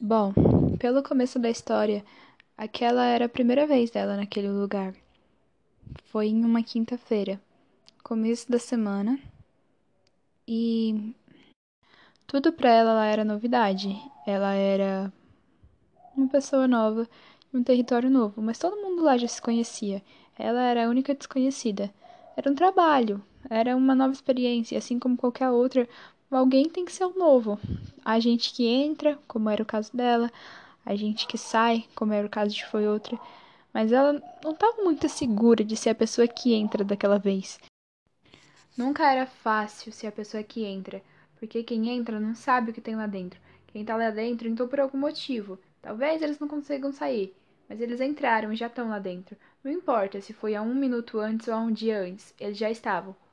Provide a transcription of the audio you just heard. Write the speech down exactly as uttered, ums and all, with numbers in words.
Bom, pelo começo da história, aquela era a primeira vez dela naquele lugar. Foi em uma quinta-feira, começo da semana, e tudo pra ela lá era novidade. Ela era uma pessoa nova, em um território novo, mas todo mundo lá já se conhecia. Ela era a única desconhecida. Era um trabalho, era uma nova experiência, e assim como qualquer outra, alguém tem que ser o novo. A gente que entra, como era o caso dela, a gente que sai, como era o caso de foi outra, mas ela não estava muito segura de ser a pessoa que entra daquela vez. Nunca era fácil ser a pessoa que entra, porque quem entra não sabe o que tem lá dentro. Quem tá lá dentro entrou por algum motivo. Talvez eles não consigam sair, mas eles entraram e já estão lá dentro. Não importa se foi há um minuto antes ou há um dia antes, eles já estavam.